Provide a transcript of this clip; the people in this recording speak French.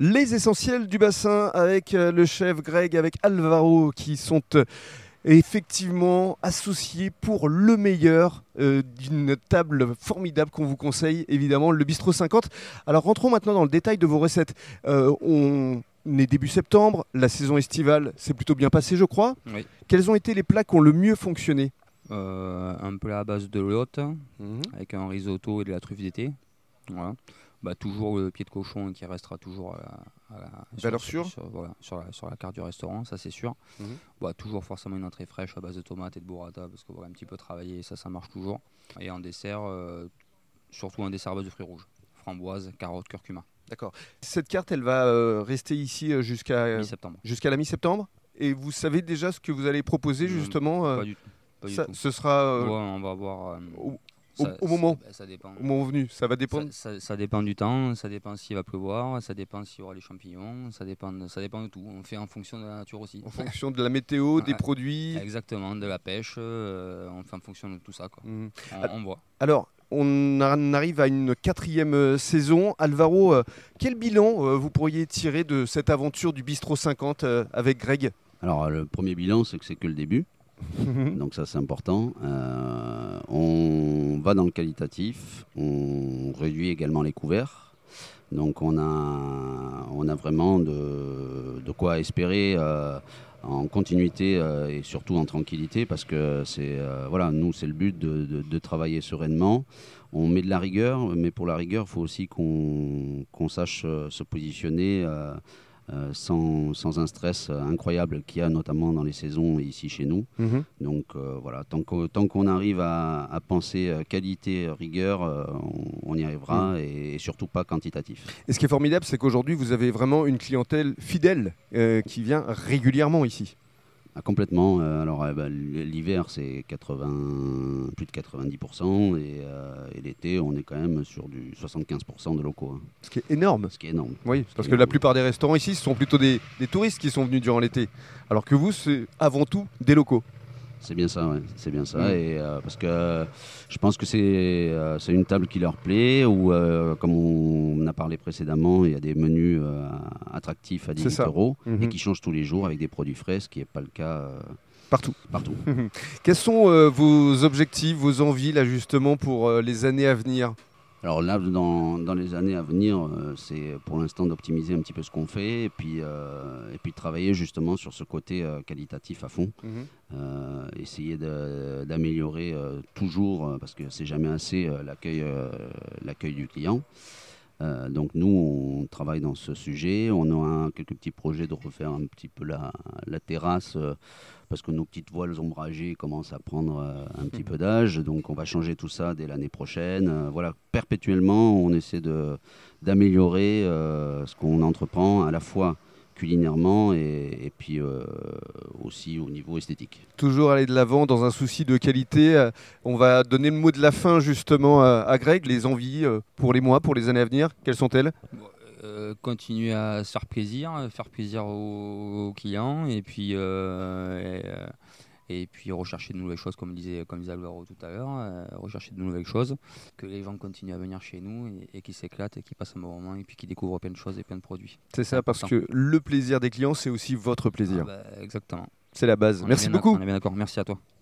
Les essentiels du bassin avec le chef Greg, avec Alvaro qui sont effectivement associés pour le meilleur d'une table formidable qu'on vous conseille évidemment, le Bistrot 50. Alors rentrons maintenant dans le détail de vos recettes. On est début septembre, la saison estivale s'est plutôt bien passée je crois. Oui. Quels ont été les plats qui ont le mieux fonctionné? Un plat à base de lotte avec un risotto et de la truffe d'été. Voilà. Toujours le pied de cochon qui restera toujours Valeur sûre. sur la carte du restaurant, ça c'est sûr. Toujours forcément une entrée fraîche à base de tomates et de burrata parce qu'on va un petit peu travailler, ça marche toujours. Et en dessert, surtout un dessert à base de fruits rouges, framboise, carottes, curcuma. D'accord. Cette carte, elle va rester ici jusqu'à Mi-septembre. Jusqu'à la mi-septembre. Et vous savez déjà ce que vous allez proposer justement Pas du tout. Ce sera On va voir. au moment. Ça dépend. Au moment venu, ça va dépendre. Ça dépend du temps, ça dépend s'il va pleuvoir, ça dépend s'il y aura les champignons, ça dépend de tout. On fait en fonction de la nature aussi. En fonction de la météo, des produits. Exactement, de la pêche, on fait en fonction de tout ça. Quoi. On voit. Alors, on arrive à une 4e saison. Alvaro, quel bilan vous pourriez tirer de cette aventure du Bistrot 50 avec Greg? Alors, le premier bilan, c'est que c'est que le début. Donc ça c'est important. On va dans le qualitatif, on réduit également les couverts. Donc on a vraiment de quoi espérer en continuité et surtout en tranquillité parce que nous c'est le but de travailler sereinement. On met de la rigueur, mais pour la rigueur il faut aussi qu'on sache se positionner sans un stress incroyable qu'il y a notamment dans les saisons ici chez nous. Donc tant qu'on arrive à penser qualité, rigueur, on y arrivera et surtout pas quantitatif. Et ce qui est formidable, c'est qu'aujourd'hui vous avez vraiment une clientèle fidèle qui vient régulièrement ici. Complètement. L'hiver, c'est plus de 90% et l'été, on est quand même sur du 75% de locaux. Ce qui est énorme. Oui, parce que la plupart des restaurants ici, ce sont plutôt des touristes qui sont venus durant l'été. Alors que vous, c'est avant tout des locaux. C'est bien ça, ouais. C'est bien ça. Et, parce que je pense que c'est une table qui leur plaît, ou comme on a parlé précédemment, il y a des menus attractifs à 18 € et qui changent tous les jours avec des produits frais, ce qui n'est pas le cas partout. Quels sont vos objectifs, vos envies là justement pour les années à venir? Alors là, dans les années à venir, c'est pour l'instant d'optimiser un petit peu ce qu'on fait et puis de travailler justement sur ce côté qualitatif à fond. Essayer d'améliorer toujours, parce que c'est jamais assez, l'accueil du client. Donc nous, on travaille dans ce sujet. On aura quelques petits projets de refaire un petit peu la terrasse parce que nos petites voiles ombragées commencent à prendre un petit peu d'âge. Donc on va changer tout ça dès l'année prochaine. Perpétuellement, on essaie d'améliorer ce qu'on entreprend à la fois culinairement et puis aussi au niveau esthétique. Toujours aller de l'avant dans un souci de qualité. On va donner le mot de la fin justement à Greg. Les envies pour les mois, pour les années à venir, quelles sont-elles? Continuer à se faire plaisir aux clients et puis rechercher de nouvelles choses comme disait Alvaro tout à l'heure, rechercher de nouvelles choses, que les gens continuent à venir chez nous et qui s'éclatent et qui passent un bon moment et puis qui découvrent plein de choses et plein de produits. C'est ça, parce que le plaisir des clients, c'est aussi votre plaisir. Exactement. C'est la base. Merci beaucoup. On est bien d'accord, merci à toi.